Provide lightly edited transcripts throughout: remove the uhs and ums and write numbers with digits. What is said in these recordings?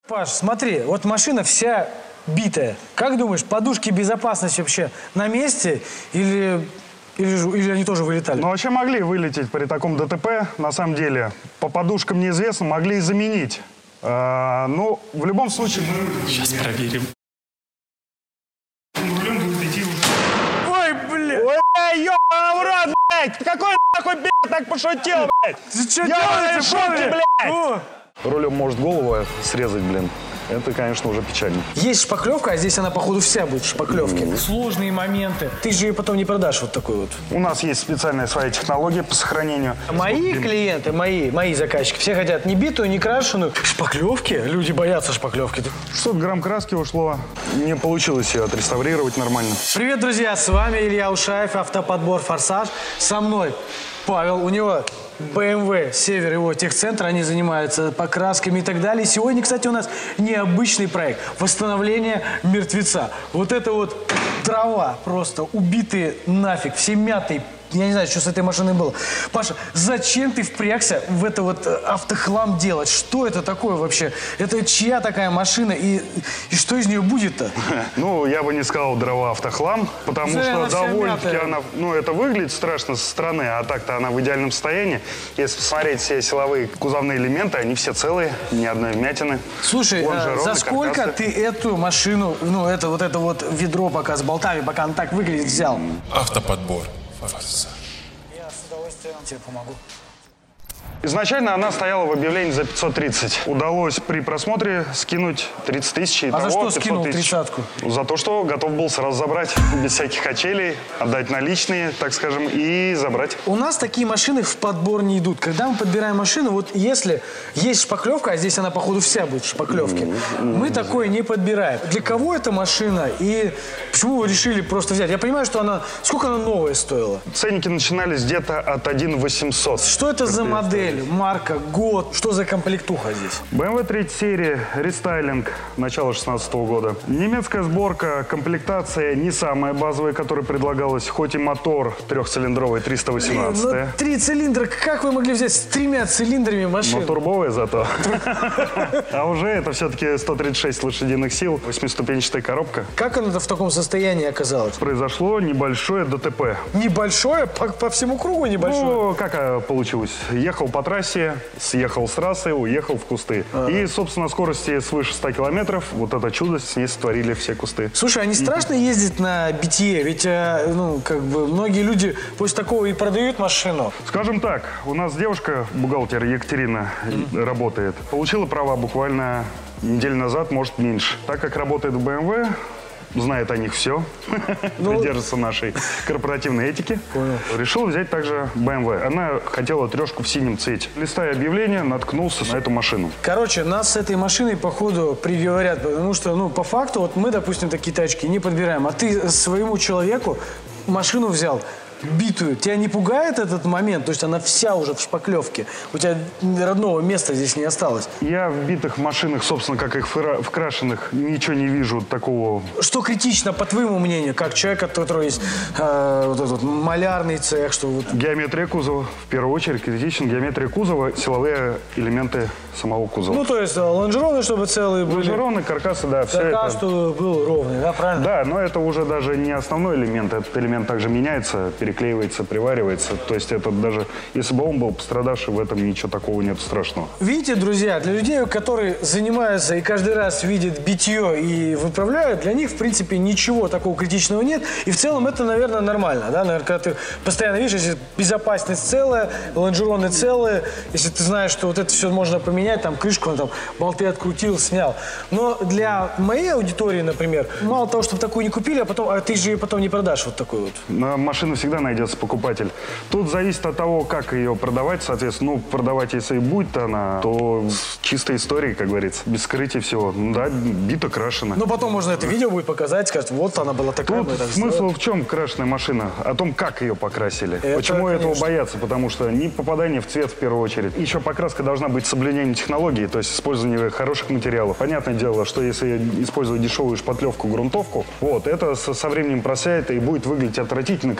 Паш, смотри, вот машина вся битая. Как думаешь, подушки безопасности вообще на месте или они тоже вылетали? Ну, вообще могли вылететь при таком ДТП. На самом деле, по подушкам неизвестно, могли и заменить. Ну, в любом случае... Сейчас проверим. Ой, блядь! Ой, ёбаный в рот, блядь! Какой нахуй, блядь, так пошутил, блядь? Ты что Ёбаные делаете, шутки, блядь! О! Рулем может голову срезать, блин. Это, конечно, уже печально. Есть шпаклевка, а здесь она, походу, вся будет в шпаклевке. Сложные моменты. Ты же ее потом не продашь вот такой вот. У нас есть специальная своя технология по сохранению. Мои клиенты, мои заказчики, все хотят не битую, не крашеную. Шпаклевки? Люди боятся шпаклевки. 600 грамм краски ушло. Не получилось ее отреставрировать нормально. Привет, друзья, с вами Илья Ушаев, автоподбор «Форсаж». Со мной Павел, у него BMW Север, его техцентр, они занимаются покрасками и так далее. Сегодня, кстати, у нас необычный проект – восстановление мертвеца. Вот это вот дрова просто убитые нафиг, все мятые. Я не знаю, что с этой машиной было. Паша, зачем ты впрягся в это вот автохлам делать? Что это такое вообще? Это чья такая машина и что из нее будет-то? Ну, я бы не сказал дрова автохлам, потому что довольно-таки она, ну, это выглядит страшно со стороны, а так-то она в идеальном состоянии. Если посмотреть все силовые кузовные элементы, они все целые, ни одной вмятины. Слушай, за сколько ты эту машину, ну, это вот ведро пока с болтами, пока он так выглядит, взял? Автоподбор. Я с удовольствием тебе помогу. Изначально она стояла в объявлении за 530. Удалось при просмотре скинуть 30 тысяч. А за что скинул 30-ку? За то, что готов был сразу забрать, без всяких качелей, отдать наличные, так скажем, и забрать. У нас такие машины в подбор не идут. Когда мы подбираем машину, вот если есть шпаклевка, а здесь она, походу, вся будет в шпаклевке, мы такое не подбираем. Для кого эта машина и почему вы решили просто взять? Я понимаю, что она... Сколько она новая стоила? Ценники начинались где-то от 1 800. Что это за модель? Марка, год, что за комплектуха здесь? BMW 3 серии, рестайлинг, начала 2016 года. Немецкая сборка, комплектация не самая базовая, которая предлагалась, хоть и мотор трехцилиндровый 318. Ну, 3 цилиндра, как вы могли взять с 3 цилиндрами машину? Но турбовая зато. А уже это все-таки 136 лошадиных сил, 8-ступенчатая коробка. Как она в таком состоянии оказалась? Произошло небольшое ДТП. Небольшое? По всему кругу небольшое? Ну, как получилось? Ехал по трассе, съехал с трассы, уехал в кусты. И, собственно, на скорости свыше 100 километров вот это чудо с ней сотворили все кусты. Слушай, а не страшно ездить на битье? Ведь, ну, как бы, многие люди после такого и продают машину. Скажем так, у нас девушка, бухгалтер Екатерина, работает. Получила права буквально неделю назад, может, меньше. Так как работает в BMW, знает о них все, придерживается нашей корпоративной этики. Понял. Решил взять также BMW. Она хотела трешку в синем цвете. Листая объявление, наткнулся на эту машину. Короче, нас с этой машиной, походу, приговорят, потому что, ну, по факту, вот мы, допустим, такие тачки не подбираем, а ты своему человеку машину взял битую. Тебя не пугает этот момент? То есть она вся уже в шпаклевке. У тебя родного места здесь не осталось. Я в битых машинах, собственно, как их в крашеных, ничего не вижу такого. Что критично, по твоему мнению, как человека, у которого есть вот этот малярный цех, что вот... Геометрия кузова. В первую очередь критична геометрия кузова, силовые элементы самого кузова. Ну, то есть лонжероны, чтобы целые были. Лонжероны, каркасы, да, все Каркас, это. чтобы был ровный, да, правильно? Да, но это уже даже не основной элемент. Этот элемент также меняется, переклеивается, приваривается. То есть это даже, если бы он был пострадавший, в этом ничего такого нет страшного. Видите, друзья, для людей, которые занимаются и каждый раз видят битье и выправляют, для них, в принципе, ничего такого критичного нет. И в целом это, наверное, нормально. Да? Наверное, когда ты постоянно видишь, если безопасность целая, лонжероны целые, если ты знаешь, что вот это все можно поменять, там крышку, там, болты открутил, снял. Но для моей аудитории, например, мало того, чтобы такую не купили, а ты же ее потом не продашь вот такую вот. На машину всегда найдется покупатель. Тут зависит от того, как ее продавать, соответственно. Ну, продавать, если и будет она, то с чистой историей, как говорится, без скрытия всего. Ну, да, бита, крашена. Но потом можно это видео будет показать, сказать, вот она была такая. Тут смысл в чем крашеная машина? О том, как ее покрасили. Почему конечно. этого боятся? Потому что не попадание в цвет в первую очередь. Еще покраска должна быть с соблюдением технологии, то есть использование хороших материалов. Понятное дело, что если использовать дешевую шпатлевку, грунтовку, вот, это со временем просяет и будет выглядеть отвратительно, как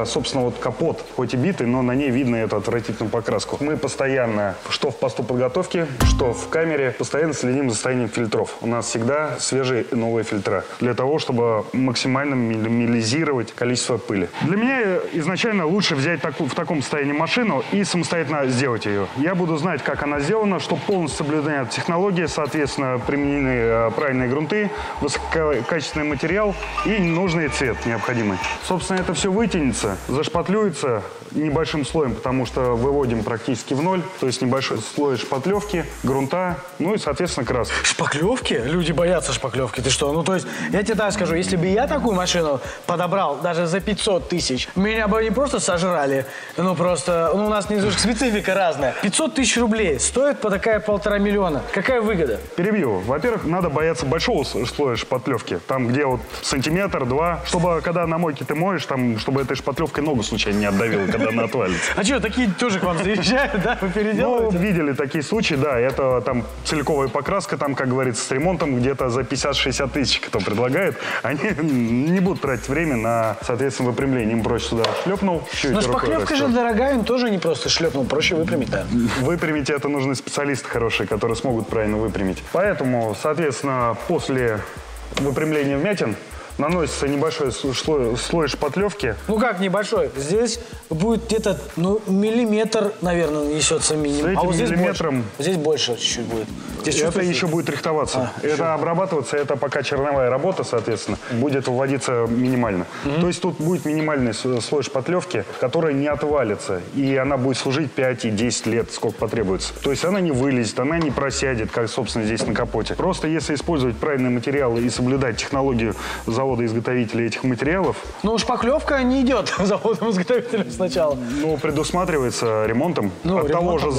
собственно, вот капот, хоть и битый, но на ней видно эту отвратительную покраску. Мы постоянно, что в посту подготовки, что в камере, постоянно следим за состоянием фильтров. У нас всегда свежие новые фильтра, для того, чтобы максимально минимизировать количество пыли. Для меня изначально лучше взять в таком состоянии машину и самостоятельно сделать ее. Я буду знать, как она сделана, чтобы полностью соблюдать технологии, соответственно, применены правильные грунты, высококачественный материал и нужный цвет необходимый. Собственно, это все вытянется, зашпатлюется небольшим слоем, потому что выводим практически в ноль, то есть небольшой слой шпатлевки, грунта, ну и, соответственно, краски. Шпаклевки? Люди боятся шпаклевки. Ты что? Ну, то есть, я тебе так скажу, если бы я такую машину подобрал даже за 500 тысяч, меня бы не просто сожрали, ну, просто, ну, у нас специфика разная. 500 тысяч рублей стоит по такая 1,5 миллиона. Какая выгода? Перебью. Во-первых, надо бояться большого слоя шпатлевки, там, где вот сантиметр-два, чтобы, когда на мойке ты моешь, там, чтобы этой шпатлевкой ногу случайно не отдавило, когда она отвалится. А что, такие тоже к вам заезжают, да? Вы переделываете? Ну, видели такие случаи, да. Это там целиковая покраска, там, как говорится, с ремонтом где-то за 50-60 тысяч, кто предлагает. Они не будут тратить время на, соответственно, выпрямление. Им проще сюда шлепнул. Но шпаклевка же дорогая, им тоже не просто шлепнул, проще выпрямить, да? Выпрямить это нужны специалисты хорошие, которые смогут правильно выпрямить. Поэтому, соответственно, после выпрямления вмятин наносится небольшой слой шпатлевки. Ну как небольшой? Здесь будет где-то, ну, миллиметр, наверное, несется минимум. А вот здесь миллиметром... больше. Здесь больше чуть-чуть будет. Здесь это еще будет рихтоваться. Это обрабатываться, это пока черновая работа, соответственно, будет выводиться минимально. То есть тут будет минимальный слой шпатлевки, которая не отвалится. И она будет служить 5 и 10 лет, сколько потребуется. То есть она не вылезет, она не просядет, как, собственно, здесь на капоте. Просто если использовать правильные материалы и соблюдать технологию завода-изготовителя этих материалов... Ну, шпаклевка не идет заводом-изготовителем сначала. Ну, предусматривается ремонтом от того же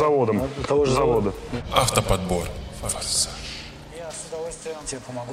завода. Автоподбор. Форсаж. Я с удовольствием тебе помогу.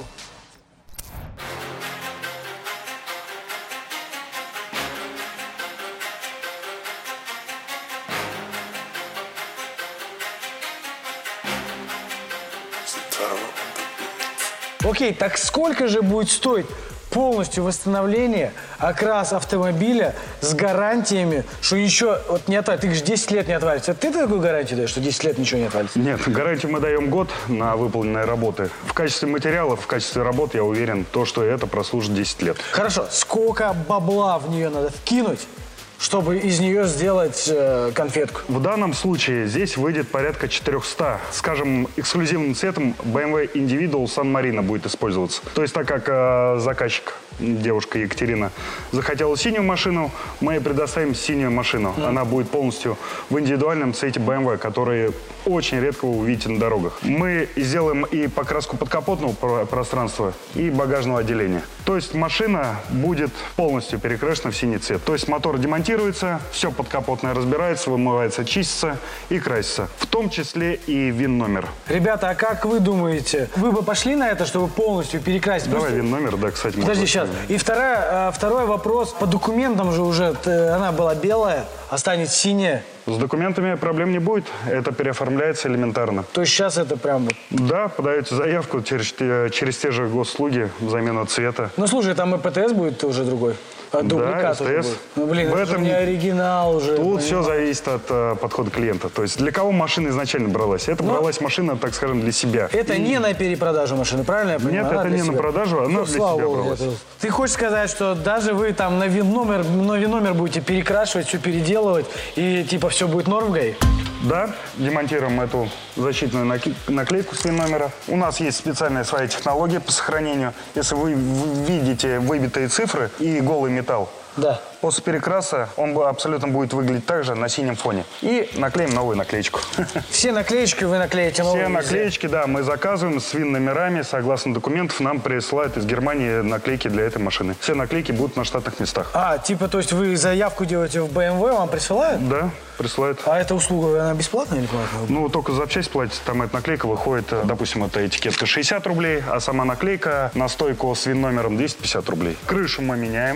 Окей, так сколько же будет стоить полностью восстановление, окрас автомобиля с гарантиями, что ничего вот не отвалится? Ты говоришь, 10 лет не отвалится. Ты такую гарантию даешь, что 10 лет ничего не отвалится? Нет, гарантию мы даем год на выполненные работы. В качестве материалов, в качестве работ, я уверен, что это прослужит 10 лет. Хорошо. Сколько бабла в нее надо вкинуть, чтобы из нее сделать конфетку? В данном случае здесь выйдет порядка 400. Скажем, эксклюзивным цветом BMW Individual San Marino будет использоваться. То есть, так как заказчик, девушка Екатерина, захотела синюю машину, мы ей предоставим синюю машину. Она будет полностью в индивидуальном цвете BMW, который очень редко вы увидите на дорогах. Мы сделаем и покраску подкапотного пространства, и багажного отделения. То есть машина будет полностью перекрашена в синий цвет. То есть мотор демонтируется, все подкапотное разбирается, вымывается, чистится и красится. В том числе и ВИН-номер. Ребята, а как вы думаете, вы бы пошли на это, чтобы полностью перекрасить? Давай ВИН-номер, да, кстати. Подожди, сейчас. И второй вопрос. По документам же уже она была белая, а станет синяя. С документами проблем не будет. Это переоформляется элементарно. То есть сейчас это прям... Да, подаете заявку через те же госуслуги, замену цвета. Ну, слушай, там и ПТС будет уже другой. Дубликат уже будет. Ну, блин, это же не оригинал уже. Тут все зависит от подхода клиента. То есть для кого машина изначально бралась? Это бралась машина, так скажем, для себя. Это не на перепродажу машины, правильно я понимаю? Нет, это не на продажу, она для себя бралась. Ты хочешь сказать, что даже вы там на ВИН-номер будете перекрашивать, все переделывать, и типа все будет норм в ГАИ? Да, демонтируем эту защитную наклейку с ВИН-номера. У нас есть специальная своя технология по сохранению. Если вы видите выбитые цифры и голый металл, да. После перекраса он абсолютно будет выглядеть так же на синем фоне. И наклеим новую наклеечку. Все наклеечки вы наклеите новые? Все наклеечки, да, мы заказываем с ВИН-номерами. Согласно документов, нам присылают из Германии наклейки для этой машины. Все наклейки будут на штатных местах. Типа, то есть вы заявку делаете в BMW, вам присылают? Да, присылают. А эта услуга, она бесплатная или платная? Ну, только запчасть платите. Там эта наклейка выходит, допустим, эта этикетка 60 рублей, а сама наклейка на стойку с ВИН-номером 250 рублей. Крышу мы меняем.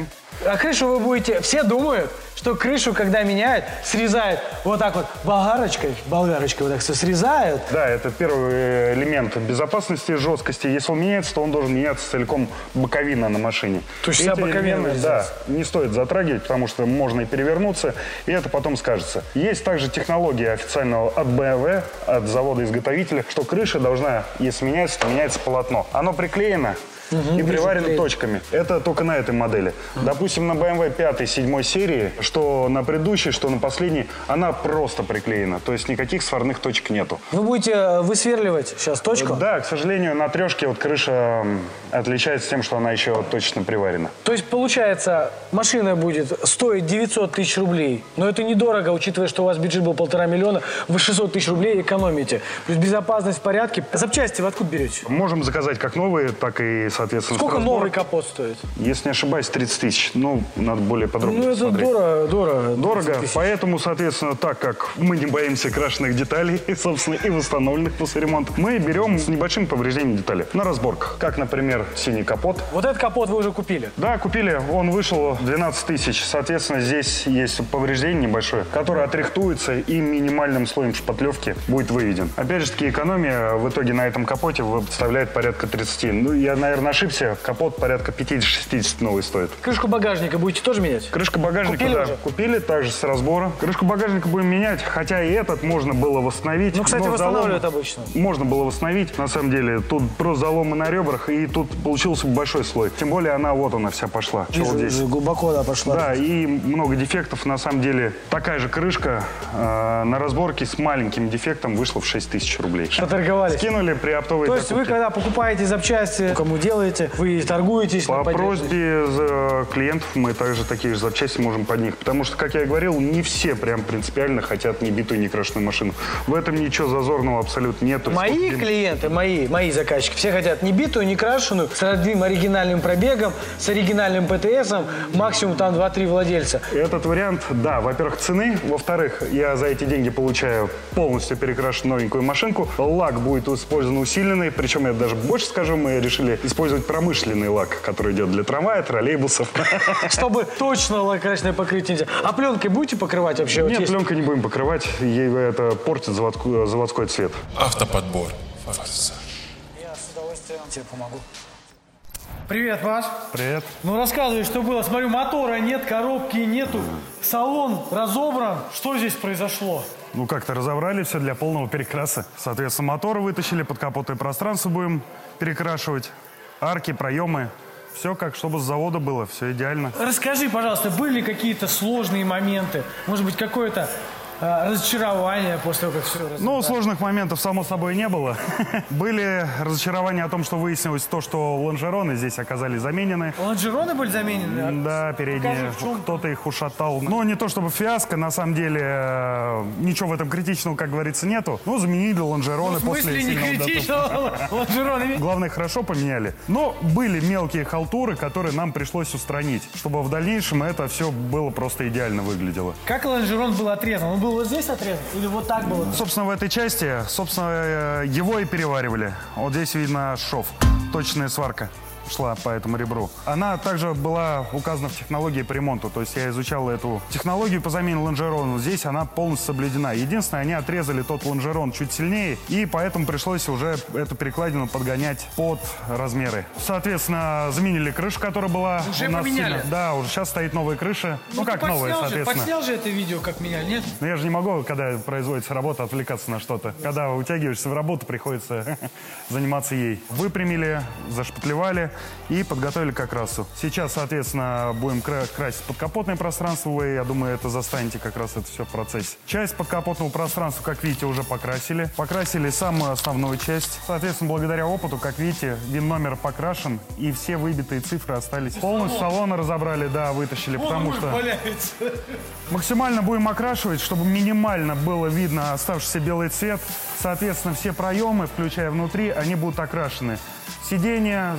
А крышу вы будете... Все думают, что крышу, когда меняют, срезают вот так вот болгарочкой вот так все срезают. Да, это первый элемент безопасности, жесткости. Если он меняется, то он должен меняться целиком боковина на машине. То есть вся боковина, да, не стоит затрагивать, потому что можно и перевернуться, и это потом скажется. Есть также технология официального от BMW, от завода-изготовителя, что крыша должна, если меняется, то меняется полотно. Оно приклеено и приварено точками. Это только на этой модели. Допустим, на BMW 5-7 серии, что на предыдущей, что на последней, она просто приклеена. То есть никаких сварных точек нету. Вы будете высверливать сейчас точку? Да, к сожалению, на трешке вот крыша отличается тем, что она еще точно приварена. То есть, получается, машина будет стоить 900 тысяч рублей. Но это недорого, учитывая, что у вас бюджет был 1,5 миллиона. Вы 600 тысяч рублей экономите. Плюс безопасность в порядке. Запчасти вы откуда берете? Можем заказать как новые, так и, соответственно, Сколько новый капот стоит? Если не ошибаюсь, 30 тысяч. Ну, надо более подробно посмотреть. Дорого. Поэтому, соответственно, так как мы не боимся крашеных деталей, собственно, и восстановленных после ремонта, мы берем с небольшим повреждением детали на разборках. Как, например, синий капот. Вот этот капот вы уже купили? Да, купили. Он вышел 12 тысяч. Соответственно, здесь есть повреждение небольшое, которое отрихтуется и минимальным слоем шпатлевки будет выведен. Опять же таки, экономия в итоге на этом капоте составляет порядка 30. Ну, я, наверное, ошибся. Капот порядка 50-60 новый стоит. Крышку багажника будете тоже менять? Крышку багажника, купили да, уже? Купили также с разбора. Крышку багажника будем менять, хотя и этот можно было восстановить. Ну, кстати, восстанавливают обычно. Можно было восстановить. На самом деле, тут просто заломы на ребрах, и тут получился большой слой. Тем более, она вся пошла. Вижу, вот здесь. глубоко, да, пошла. Да, и много дефектов. На самом деле, такая же крышка на разборке с маленьким дефектом вышла в 6 тысяч рублей. Поторговались. Скинули при оптовой То есть закупке. вы, когда покупаете запчасти, кому делаете, вы торгуетесь? По просьбе клиентов мы также такие же запчасти можем под них. Потому что, как я и говорил, не все прям принципиально хотят ни битую, ни крашеную машину. В этом ничего зазорного абсолютно нет. Мои клиенты, мои заказчики, все хотят ни битую, ни крашеную, с родным оригинальным пробегом, с оригинальным ПТСом, максимум там 2-3 владельца. Этот вариант, да, во-первых, цены. Во-вторых, я за эти деньги получаю полностью перекрашенную новенькую машинку. Лак будет использован усиленный. Причем я даже больше скажу, мы решили использовать промышленный лак, который идет для трамвая, троллейбусов. Чтобы точно лакрасное покрытие нельзя. А пленкой будете покрывать вообще? Нет, пленкой не будем покрывать. Ей это портит заводской цвет. Автоподбор. Форсаж. Я с удовольствием тебе помогу. Привет, Паш. Привет. Ну, рассказывай, что было. Смотрю, мотора нет, коробки нету, салон разобран. Что здесь произошло? Ну, как-то разобрали все для полного перекраса. Соответственно, моторы вытащили, подкапотное пространство будем перекрашивать. Арки, проемы. Все как, чтобы с завода было, все идеально. Расскажи, пожалуйста, были какие-то сложные моменты? Может быть, какое-то разочарование после того, как все разобрали? Ну, сложных моментов, само собой, не было. Были разочарования о том, что выяснилось то, что лонжероны здесь оказались заменены. Лонжероны были заменены? Да, передние. Кто-то их ушатал. Ну, не то чтобы фиаско, на самом деле, ничего в этом критичного, как говорится, нету. Ну, заменили лонжероны после в смысле не критичного? Лонжероны? Главное, хорошо поменяли. Но были мелкие халтуры, которые нам пришлось устранить, чтобы в дальнейшем это все было просто идеально выглядело. Как лонжерон был отрезан? Он был вот здесь отрезан или вот так было? Собственно, в этой части, его и переваривали. Вот здесь видно шов, точная сварка шла по этому ребру. Она также была указана в технологии по ремонту. То есть я изучал эту технологию по замене лонжерона. Здесь она полностью соблюдена. Единственное, они отрезали тот лонжерон чуть сильнее, и поэтому пришлось уже эту перекладину подгонять под размеры. Соответственно, заменили крышу, которая была уже у нас поменяли? сильно. Да, уже сейчас стоит новая крыша. Ну как новая, соответственно. Подснял же это видео, как меняли, нет? Но я же не могу, когда производится работа, отвлекаться на что-то. Когда утягиваешься в работу, приходится заниматься ей. Выпрямили, зашпатлевали и подготовили к окрасу. Сейчас, соответственно, будем красить подкапотное пространство. Вы, я думаю, это застанете как раз это все в процессе. Часть подкапотного пространства, как видите, уже покрасили. Покрасили самую основную часть. Соответственно, благодаря опыту, как видите, ВИН-номер покрашен, и все выбитые цифры остались. Полностью салон разобрали, да, вытащили, потому что максимально будем окрашивать, чтобы минимально было видно оставшийся белый цвет. Соответственно, все проемы, включая внутри, они будут окрашены. Сиденье,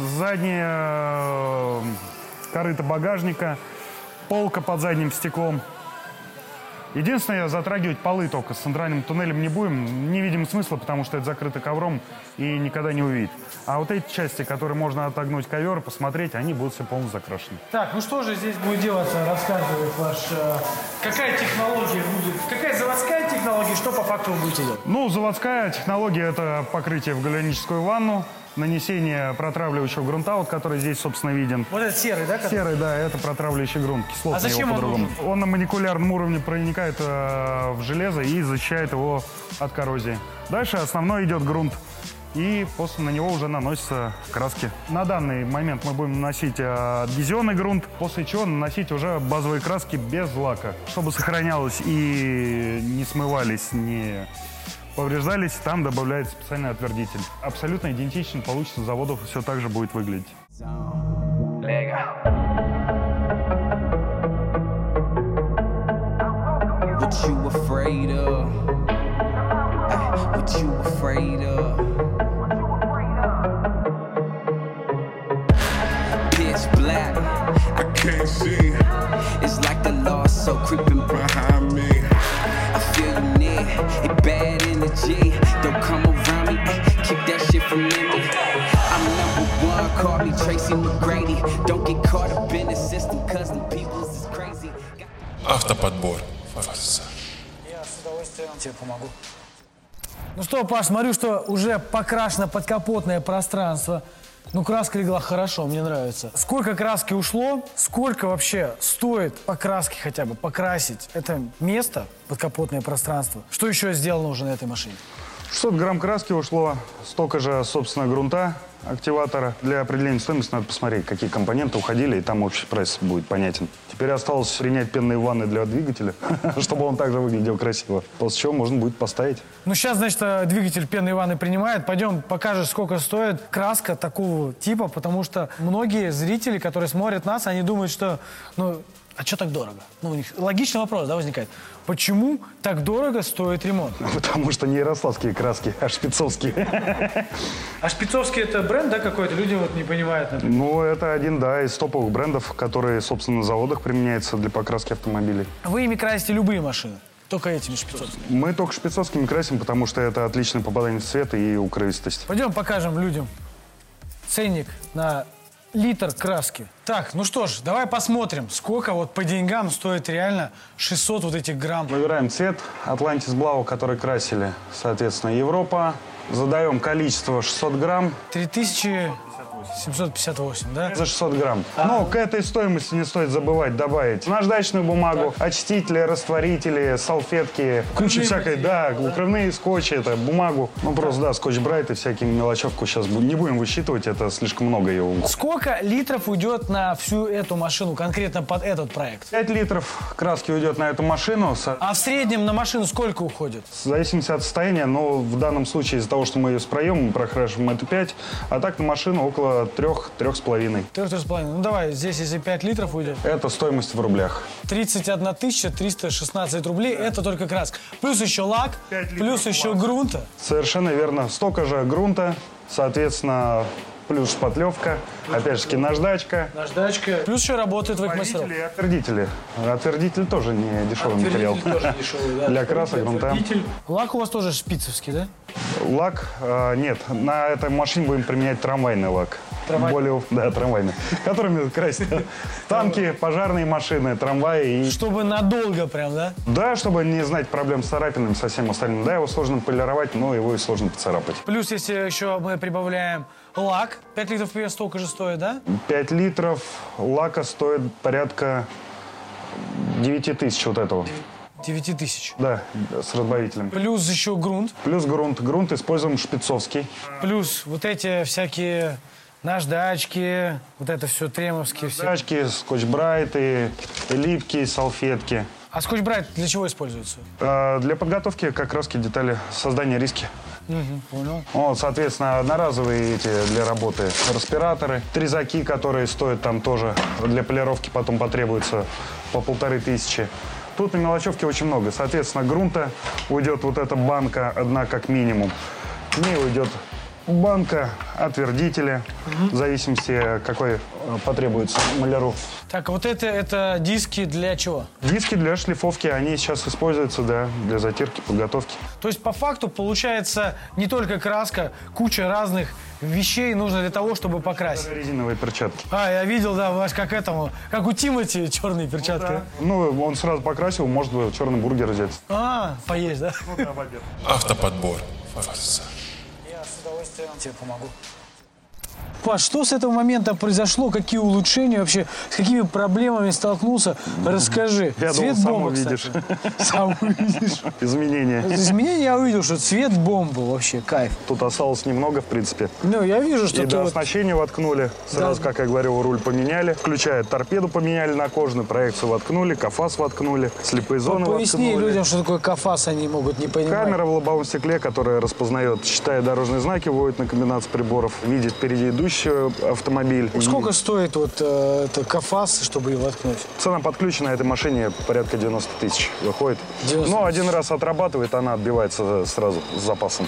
заднее корыто багажника, полка под задним стеклом. Единственное, затрагивать полы только с центральным туннелем не будем. Не видим смысла, потому что это закрыто ковром и никогда не увидит. А вот эти части, которые можно отогнуть ковер, посмотреть, они будут все полностью закрашены. Так, ну что же здесь будет делаться, рассказывает ваш... Какая технология будет? Какая заводская технология, что по факту вы будете делать? Ну, заводская технология – это покрытие в галеоническую ванну, нанесение протравливающего грунта, вот, который здесь, собственно, виден. Вот этот серый, да? Серый, да, это протравливающий грунт, кислотный. А зачем его он по-другому. нужен? Он на молекулярном уровне проникает в железо и защищает его от коррозии. Дальше основной идет грунт. И после на него уже наносятся краски. На данный момент мы будем наносить адгезионный грунт, после чего наносить уже базовые краски без лака. Чтобы сохранялось и не смывались, не повреждались, там добавляется специальный отвердитель. Абсолютно идентично получится, с заводов все так же будет выглядеть. What you afraid of? What you afraid of? Pitch black, I can't see it's like the law so creeping behind me. I feel you near, it bad energy. Don't come around me, keep that shit from me. I'm #1, call me Tracy McGrady. Don't get caught up in the system, cause the people's is crazy. Автоподбор. Форсаж. Я с удовольствием тебе помогу. Ну что, Паш, смотрю, что уже покрашено подкапотное пространство. Ну, краска легла хорошо, мне нравится. Сколько краски ушло? Сколько вообще стоит по краске хотя бы покрасить это место, подкапотное пространство? Что еще сделано уже на этой машине? 600 грамм краски ушло, столько же, собственно, грунта, активатора. Для определения стоимости надо посмотреть, какие компоненты уходили, и там общий прайс будет понятен. Теперь осталось принять пенные ванны для двигателя, чтобы он также выглядел красиво. После чего можно будет поставить. Ну, сейчас, значит, двигатель пенной ванны принимает. Пойдем, покажешь, сколько стоит краска такого типа, потому что многие зрители, которые смотрят нас, они думают, что, ну, а что так дорого? Ну, у них логичный вопрос, да, возникает. Почему так дорого стоит ремонт? Потому что не ярославские краски, а шпицовские. А Шпицовский это бренд, да, какой-то? Люди вот не понимают, например. Ну, это один, да, из топовых брендов, которые, собственно, на заводах применяются для покраски автомобилей. Вы ими красите любые машины? Только этими шпицовскими? Мы только шпицовскими красим, потому что это отличное попадание в цвет и укрывистость. Пойдем покажем людям ценник на литр краски. Так, ну что ж, давай посмотрим, сколько вот по деньгам стоит реально 600 вот этих грамм. Выбираем цвет Atlantis Blau, который красили, соответственно, Европа. Задаем количество 600 грамм. 3758, да? За 600 грамм. Но к этой стоимости не стоит забывать добавить наждачную бумагу, очистители, растворители, салфетки, куча всякой, да, укрывные скотчи, это бумагу. Ну просто, да, скотч-брайт и всякие мелочевку сейчас не будем высчитывать, это слишком много его. Сколько литров уйдет на всю эту машину, конкретно под этот проект? 5 литров краски уйдет на эту машину. А в среднем на машину сколько уходит? В зависимости от состояния, но в данном случае из-за того, что мы ее с проемом прокрашиваем, это 5, а так на машину около 3-3,5. 3,5. Ну давай, здесь если 5 литров уйдет. Это стоимость в рублях. 31 316 рублей, это только краска. Плюс еще лак, плюс еще грунта. Совершенно верно. Столько же грунта, соответственно, плюс шпатлевка, опять же, наждачка. Наждачка. Плюс еще работает твоих мастеров. И отвердители. Отвердитель тоже не дешевый материал. Тоже дешевый, да. Для красок, грунта. Лак у вас тоже шпицевский, да? Лак, нет, на этой машине будем применять трамвайный лак. Более, да, трамвайный. Которыми красят танки, пожарные машины, трамваи. И... Чтобы надолго прям, да? Да, чтобы не знать проблем с царапинами, со всем остальным. Да, его сложно полировать, но его и сложно поцарапать. Плюс, если еще мы прибавляем лак, 5 литров примерно столько же стоит, да? 5 литров лака стоит порядка 9000 вот этого. 9000. Да, с разбавителем. Плюс еще грунт. Плюс грунт. Грунт используем шпицовский. Плюс вот эти всякие наждачки, вот это все тремовские. Наждачки, скотч-брайты, липкие салфетки. А скотч-брайт для чего используется? Для подготовки как раз детали создания риски. Понял. Вот, соответственно, одноразовые эти для работы респираторы, трезаки, которые стоят там тоже для полировки потом потребуется по 1500. Тут на мелочевке очень много. Соответственно, грунта уйдет вот эта банка одна как минимум. В ней уйдет банка, отвердители, в зависимости, какой потребуется маляру. Так, вот это диски для чего? Диски для шлифовки, они сейчас используются, да, для затирки, подготовки. То есть, по факту, получается не только краска, куча разных вещей нужно для того, чтобы покрасить. Резиновые перчатки. А, я видел, да, ваш как у Тимати черные перчатки. Ну, он сразу покрасил, может черный бургер взять. А, поесть, да? Ну, да, в обед. Автоподбор. Форсаж. Я с удовольствием тебе помогу. Паш, что с этого момента произошло? Какие улучшения вообще? С какими проблемами столкнулся? Расскажи. Я Цвет думал, бомбы, сам увидишь. Сам увидишь. Изменения. Изменения я увидел, что цвет бомбы вообще, кайф. Тут осталось немного, в принципе. Ну, я вижу, что И ты до вот... оснащения воткнули. Сразу, Да. как я говорил, руль поменяли. Включая торпеду поменяли на кожаную, проекцию воткнули, КАФАС воткнули, слепые зоны Поясни воткнули. людям, что такое КАФАС, они могут не понимать. Камера в лобовом стекле, которая распознает, считает дорожные знаки, вводит на комбинацию приборов, видит впереди идущий автомобиль. Сколько стоит вот это КАФАС, чтобы его воткнуть? Цена подключена этой машине порядка 90 тысяч выходит. 90 Но один раз отрабатывает, она отбивается сразу с запасом.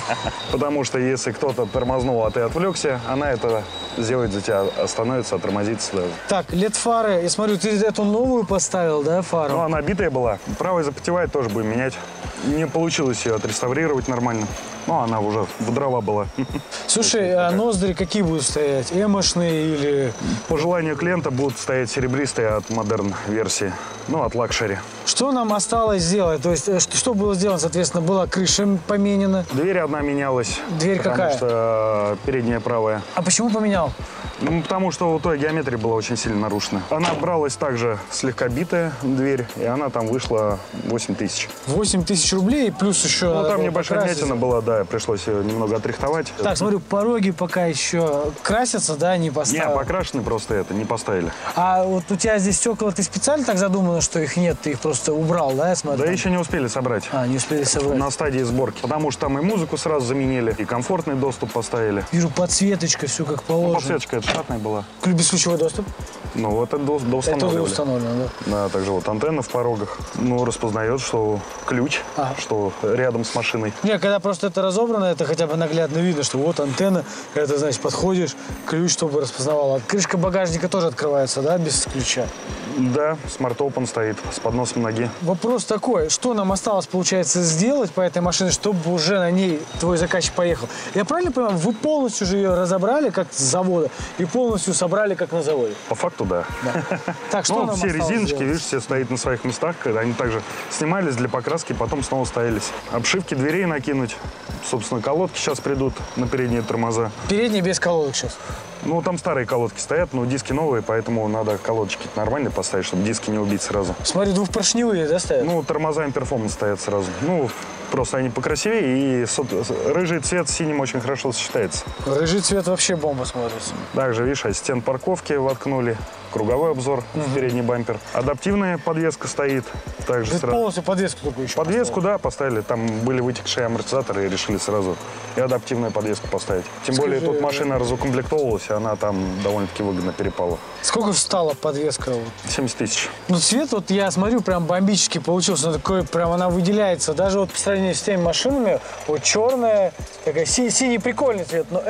Потому что если кто-то тормознул, а ты отвлекся, она это сделает за тебя, остановится, оттормозит сразу. Так, LED-фары, я смотрю, ты эту новую поставил, да, фару? Ну, она битая была. Правая запотевая тоже будем менять. Не получилось ее отреставрировать нормально. Ну, она уже в дрова была. Слушай, а ноздри какие будут стоять? Эмошные или... По желанию клиента будут стоять серебристые от модерн версии. Ну, от лакшери. Что нам осталось сделать? То есть, что было сделано? Соответственно, была крыша поменена. Дверь одна менялась. Дверь какая? Потому что передняя правая. А почему поменял? Ну, потому что у той геометрия была очень сильно нарушена. Она бралась также слегка битая дверь, и она там вышла 8 тысяч. 8 тысяч рублей, плюс еще... Ну, надо там было небольшая покрасить. вмятина была, да, пришлось ее немного отрихтовать. Так, смотрю, пороги пока еще красятся, да, не Не, поставили? покрашены просто это, не поставили. А вот у тебя здесь стекла, ты специально так задумано, что их нет, ты их просто убрал, да, я смотрю? Да еще не успели собрать. А, не успели собрать. На стадии сборки. Потому что там и музыку сразу заменили, и комфортный доступ поставили. Вижу, подсветочка, все как положено. Подсветочка это штатная была. Бесключевой доступ? Ну, вот это Это уже доустанавливали. установлено, да? Да, также вот антенна в порогах. Ну, распознает, что ключ, Ага. что рядом с машиной. Не, когда просто это разобрано, это хотя бы наглядно видно, что вот антенна, когда ты, значит, подходишь, ключ, чтобы распознавала. Крышка багажника тоже открывается, да, без ключа? Да, Smart Open стоит с подносом ноги. Вопрос такой, что нам осталось, получается, сделать по этой машине, чтобы уже на ней твой заказчик поехал? Я правильно понимаю, вы полностью же ее разобрали, как с завода, и полностью собрали, как на заводе? По факту, да. Так, что Ну, нам все осталось резиночки, сделать? видишь, все стоят на своих местах. Когда они также снимались для покраски, потом снова стоялись. Обшивки дверей накинуть. Собственно, колодки сейчас придут на передние тормоза. Передний без колодок сейчас. Ну, там старые колодки стоят, но диски новые, поэтому надо колодочки нормально поставить, чтобы диски не убить сразу. Смотри, двухпоршневые, да, стоят? Ну, тормоза Imperformance стоят сразу. Ну, просто они покрасивее, и рыжий цвет с синим очень хорошо сочетается. Рыжий цвет вообще бомба смотрится. Также, видишь, ассистент парковки воткнули, круговой обзор в передний бампер. Адаптивная подвеска стоит. Также Ты сразу. полностью подвеску только еще Подвеску, да, поставили. Там были вытекшие амортизаторы и решили сразу и адаптивную подвеску поставить. Тем более тут машина разукомплектовалась, и она там довольно-таки выгодно перепала. Сколько встала подвеска? 70 тысяч. Ну, цвет, вот я смотрю, прям бомбический получился. Он такой, прям она выделяется. Даже вот по сравнению с теми машинами, вот черная, такая синий прикольный цвет. Но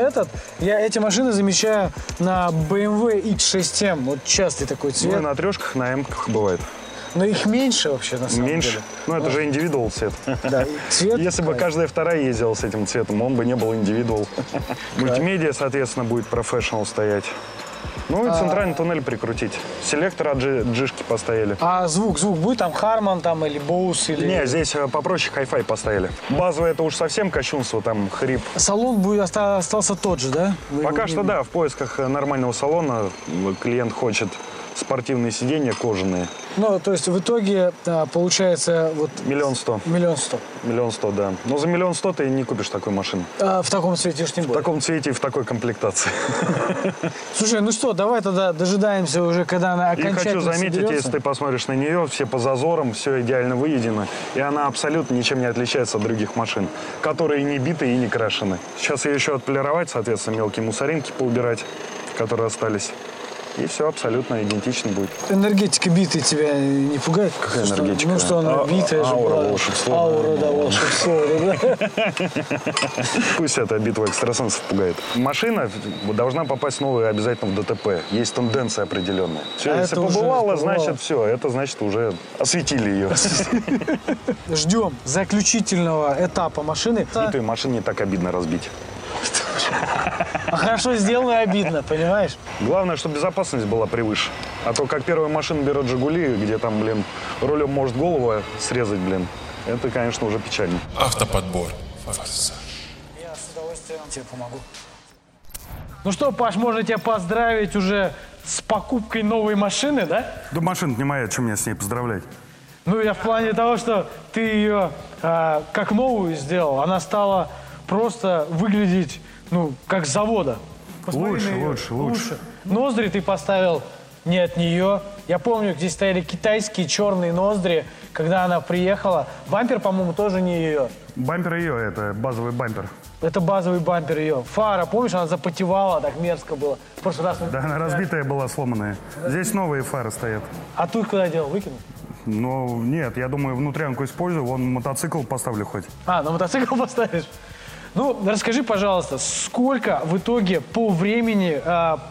я эти машины замечаю на BMW X6M. Вот частый такой Ну и цвет. на трешках, на М-ках бывает. Но их меньше вообще, на самом Меньше. деле. Ну, это же индивидуал цвет. Да, и цвет. Если бы кайф. каждая вторая ездила с этим цветом, он бы не был индивидуал. Мультимедиа, соответственно, будет профессионал стоять. Ну и центральный туннель прикрутить. Селектор от G-шки поставили. А звук будет там Harman там или Bose или... Не, здесь попроще хай-фай поставили. Базовый это уж совсем кощунство, там хрип. Салон будет остался тот же, да? Вы Пока его что не- да, в поисках нормального салона клиент хочет спортивные сиденья кожаные. Ну, то есть в итоге получается вот 1 100 000. 1 100 000. 1 100 000, да. Но за 1 100 000 ты не купишь такую машину. А в таком цвете уж тем В более. таком цвете и в такой комплектации. Слушай, ну что, давай тогда дожидаемся уже, когда она И окончательно хочу заметить, соберется. если ты посмотришь на нее, все по зазорам, все идеально выедено. И она абсолютно ничем не отличается от других машин, которые не биты и не крашены. Сейчас ее еще отполировать, соответственно, мелкие мусоринки поубирать, которые остались. И все абсолютно идентично будет. Энергетика битый тебя не пугает? Какая энергетика? Ну, что она битая же аура, была. волшебство. Аура, да, волшебство. Да. Пусть эта битва экстрасенсов пугает. Машина должна попасть новая обязательно в ДТП. Есть тенденция определенная. Все, если это уже побывала, побывало. значит все. Это значит уже осветили ее. Ждем заключительного этапа машины. Битую машину не так обидно разбить. А хорошо сделано и обидно, понимаешь? Главное, чтобы безопасность была превыше. А то, как первая машина берет «Жигули», где там, блин, рулем может голову срезать, блин, это, конечно, уже печально. Автоподбор. Форсаж. Я с удовольствием тебе помогу. Ну что, Паш, можно тебя поздравить уже с покупкой новой машины, да? Да машина не моя, что мне с ней поздравлять? Ну, я в плане того, что ты ее как новую сделал. Она стала просто выглядеть, ну, как с завода. Посмотри Лучше, на её. лучше. Ноздри ты поставил не от нее. Я помню, здесь стояли китайские черные ноздри, когда она приехала. Бампер, по-моему, тоже не ее. Бампер ее, это базовый бампер. Это базовый бампер ее. Фара, помнишь, она запотевала, так мерзко было. В прошлый раз... Да, она разбитая была, сломанная. Здесь новые фары стоят. А тут куда делал? Выкинул? Ну, нет, я думаю, внутрянку использую. Вон мотоцикл поставлю хоть. А, на мотоцикл поставишь? Ну, расскажи, пожалуйста, сколько в итоге по времени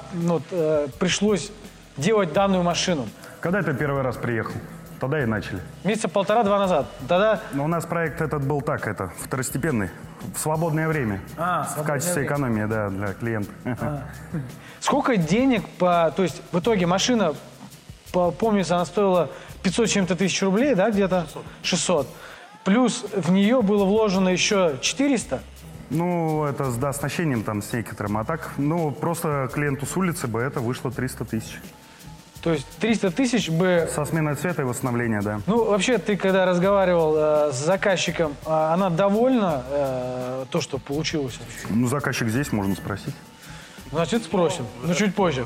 пришлось делать данную машину? Когда ты первый раз приехал? Тогда и начали. Месяца полтора-два назад. Тогда... Но у нас проект этот был так, второстепенный. В свободное время. В качестве экономии, да, для клиента. Сколько денег, то есть в итоге машина, помнится, она стоила 500 с чем-то тысяч рублей, да, где-то? 600. Плюс в нее было вложено еще 400. Ну, это с дооснащением там, с некоторым. А так, ну, просто клиенту с улицы бы это вышло 300 тысяч. То есть 300 тысяч бы... Со сменой цвета и восстановления, да. Ну, вообще, ты когда разговаривал с заказчиком, она довольна то, что получилось? Ну, заказчик здесь, можно спросить. Значит, спросим, но чуть позже.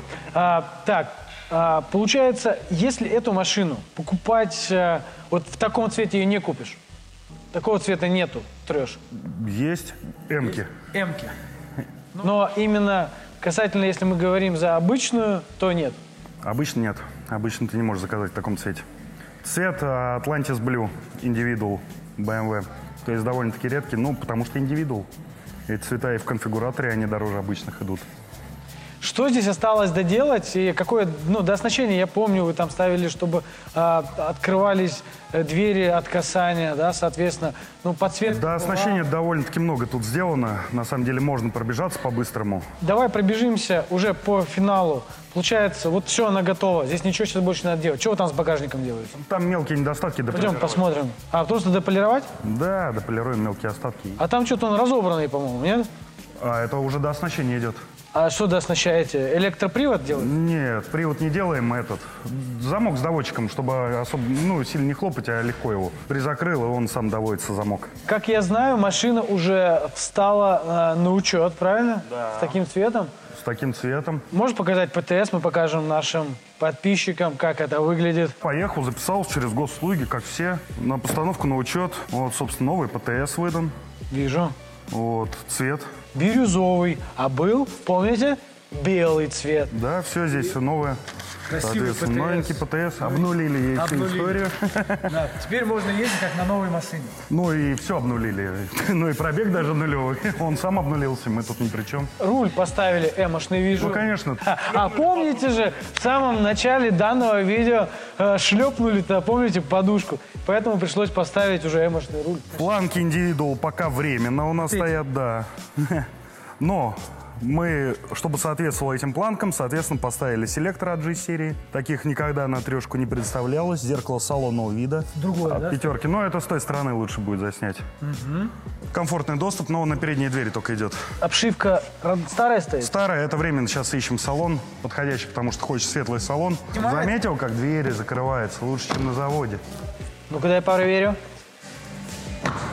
Получается, если эту машину покупать вот в таком цвете ее не купишь, такого цвета нету, трешь. Есть М-ки. М-ки. Но именно касательно, если мы говорим за обычную, то нет. Обычно нет. Обычно ты не можешь заказать в таком цвете. Цвет Atlantis Blue Individual BMW. То есть довольно-таки редкий, ну, потому что Individual. Эти цвета и в конфигураторе, они дороже обычных идут. Что здесь осталось доделать и какое, дооснащение, я помню, вы там ставили, чтобы открывались двери от касания, да, соответственно, подсветка. Дооснащения довольно-таки много тут сделано. На самом деле можно пробежаться по-быстрому. Давай пробежимся уже по финалу. Получается, вот все, она готова. Здесь ничего сейчас больше не надо делать. Что вы там с багажником делаете? Там мелкие недостатки Пойдем посмотрим. Просто дополировать? Да, дополируем мелкие остатки. А там что-то он разобранный, по-моему, нет? А это уже дооснащение идет. А что дооснащаете? Электропривод делаете? Нет, привод не делаем, замок с доводчиком, чтобы особо, сильно не хлопать, а легко его призакрыл, и он сам доводится, замок. Как я знаю, машина уже встала на учет, правильно? Да. С таким цветом? С таким цветом. Можешь показать ПТС, мы покажем нашим подписчикам, как это выглядит. Поехал, записался через госуслуги, как все, на постановку на учет. Вот, собственно, новый ПТС выдан. Вижу. Вот, цвет. Бирюзовый, а был, помните, белый цвет. Да, все здесь все новое. Красивый ПТС. Новенький ПТС, обнулили ей всю историю. Да, теперь можно ездить как на новой машине. Ну и все обнулили. Ну и пробег даже нулевый. Он сам обнулился, мы тут ни при чем. Руль поставили эмошный, вижу. Ну, конечно. А помните же, в самом начале данного видео шлепнули-то, помните, подушку. Поэтому пришлось поставить уже эмошный руль. Планки Individual пока временно у нас стоят, да. Но мы, чтобы соответствовало этим планкам, соответственно, поставили селектор от G-серии. Таких никогда на трешку не представлялось. Зеркало салонного вида. Другое, от да? пятерки. Но это с той стороны лучше будет заснять. Угу. Комфортный доступ, но на передние двери только идет. Обшивка старая стоит? Старая, это временно. Сейчас ищем салон подходящий, потому что хочется светлый салон. Заметил, как двери закрываются лучше, чем на заводе? Ну-ка, дай проверю.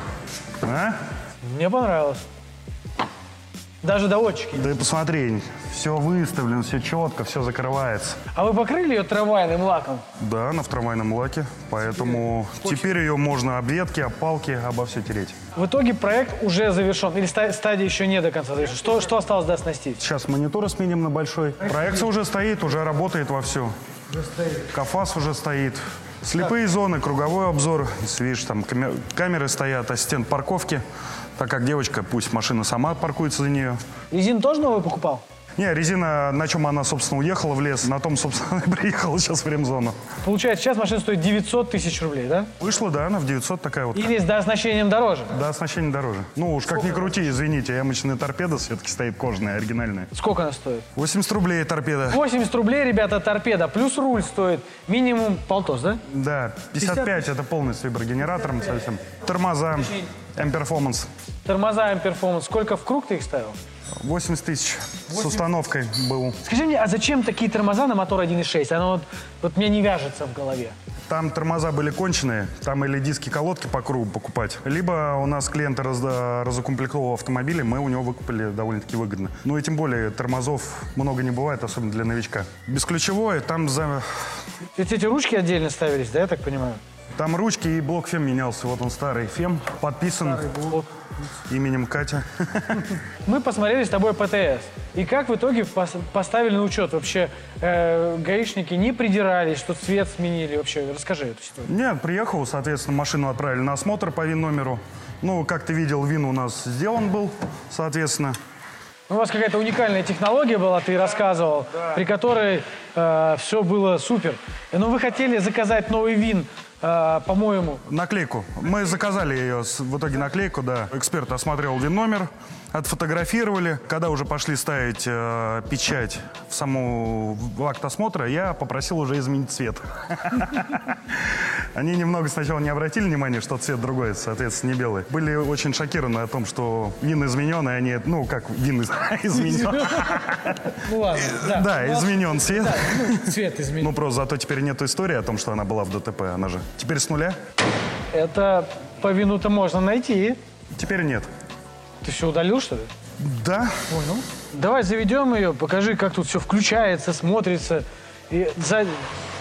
А? Мне понравилось. Даже доводчики. Да и посмотри, Все выставлено, все четко, все закрывается. А вы покрыли ее трамвайным лаком? Да, на трамвайном лаке, поэтому теперь ее можно об ветки, об палки, обо все тереть. В итоге проект уже завершен? Или стадия еще не до конца завершена? Что осталось дооснастить? Сейчас мониторы сменим на большой. Проекция уже стоит, уже работает вовсю. Кафас уже стоит. Слепые зоны, круговой обзор. Если видишь, там камеры стоят, ассистент парковки. Так как девочка, пусть машина сама паркуется за нее. Резину тоже новую покупал? Не, резина, на чем она, собственно, уехала в лес, на том, собственно, и приехала сейчас в ремзону. Получается, сейчас машина стоит 900 тысяч рублей, да? Вышла, да, она в 900 такая вот. Или с дооснащением дороже? Да, оснащение дороже. Ну уж как ни крути, извините, ямочная торпеда все-таки стоит кожаная, оригинальная. Сколько она стоит? 80 рублей торпеда. 80 рублей, ребята, торпеда. Плюс руль стоит минимум полтос, да? Да, 55 это полный с виброгенератором совсем. Тормоза, M-Performance. Тормоза M-Performance. Сколько в круг ты их ставил? 80 тысяч с установкой был. Скажи мне, а зачем такие тормоза на мотор 1.6? Оно вот мне не вяжется в голове. Там тормоза были конченые, там или диски, колодки по кругу покупать. Либо у нас клиент разукомплектовал автомобили, мы у него выкупили довольно-таки выгодно. Ну и тем более тормозов много не бывает, особенно для новичка. Бесключевой, там за... Ведь эти ручки отдельно ставились, да, я так понимаю? Там ручки и блок ФЕМ менялся. Вот он старый ФЕМ, подписан именем Катя. Мы посмотрели с тобой ПТС. И как в итоге поставили на учет? Вообще гаишники не придирались, что цвет сменили? Вообще расскажи эту ситуацию. Нет, приехал, соответственно, машину отправили на осмотр по ВИН-номеру. Ну, как ты видел, ВИН у нас сделан был, соответственно. У вас какая-то уникальная технология была, ты рассказывал, да, при которой все было супер. Но вы хотели заказать новый ВИН, по-моему. Наклейку. Мы заказали ее, в итоге наклейку, да. Эксперт осмотрел ВИН-номер, отфотографировали. Когда уже пошли ставить печать в акт осмотра, я попросил уже изменить цвет. Они немного сначала не обратили внимания, что цвет другой, соответственно, не белый. Были очень шокированы о том, что ВИН изменен, и они, ну, как ВИН изменен. Ну ладно. Да, изменен цвет. Цвет изменен. Ну, просто зато теперь нету истории о том, что она была в ДТП, она же теперь с нуля. Это по ВИНу-то можно найти. Теперь нет. Ты все удалил, что ли? Да. Понял. Давай заведем ее, покажи, как тут все включается, смотрится. И сзади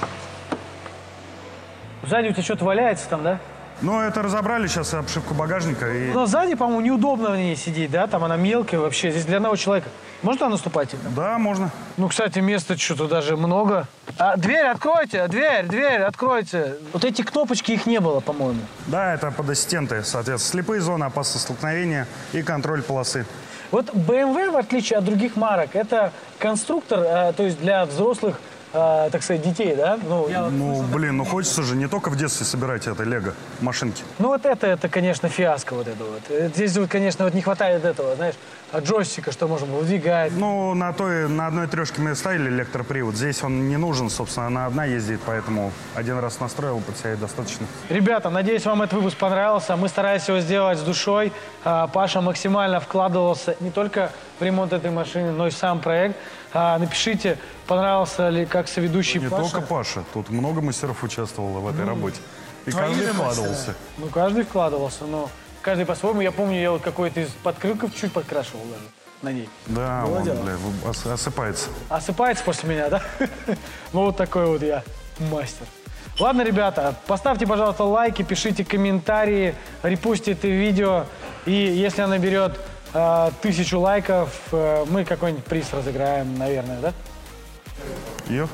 у тебя что-то валяется там, да? Ну, это разобрали сейчас обшивку багажника. И... Но сзади, по-моему, неудобно в ней сидеть, да? Там она мелкая вообще. Здесь для одного человека. Можно туда наступать? Да, можно. Ну, кстати, места что-то даже много. Дверь откройте, дверь откройте. Вот эти кнопочки, их не было, по-моему. Да, это под ассистенты, соответственно. Слепые зоны, опасность столкновения и контроль полосы. Вот BMW, в отличие от других марок, это конструктор, то есть для взрослых, так сказать, детей, да? Блин, хочется же не только в детстве собирать это лего машинки. Ну, вот это, конечно, фиаско вот это вот. Здесь, вот, конечно, вот не хватает этого, знаешь, джойстика, что можно было двигать. Ну, на одной трешке мы ставили электропривод. Здесь он не нужен, собственно, она одна ездит, поэтому один раз настроил, под себя и достаточно. Ребята, надеюсь, вам этот выпуск понравился. Мы старались его сделать с душой. Паша максимально вкладывался не только в ремонт этой машины, но и в сам проект. Напишите, понравился ли как соведущий Паша. Не только Паша, тут много мастеров участвовало в этой работе. И каждый вкладывался. Ну, каждый вкладывался, но каждый по-своему. Я помню, я вот какой-то из подкрылков чуть подкрашивал даже на ней. Да, он, осыпается. Осыпается после меня, да? Ну, вот такой вот я мастер. Ладно, ребята, поставьте, пожалуйста, лайки, пишите комментарии, репостите это видео. И если она наберет 1000 лайков, мы какой-нибудь приз разыграем, наверное, да? Ее?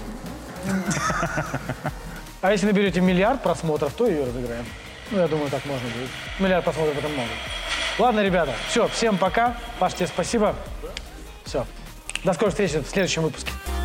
А если наберете 1 миллиард просмотров, то ее разыграем. Ну, я думаю, так можно будет. 1 миллиард просмотров — это много. Ладно, ребята, все, всем пока. Паш, тебе спасибо. Все. До скорой встречи в следующем выпуске.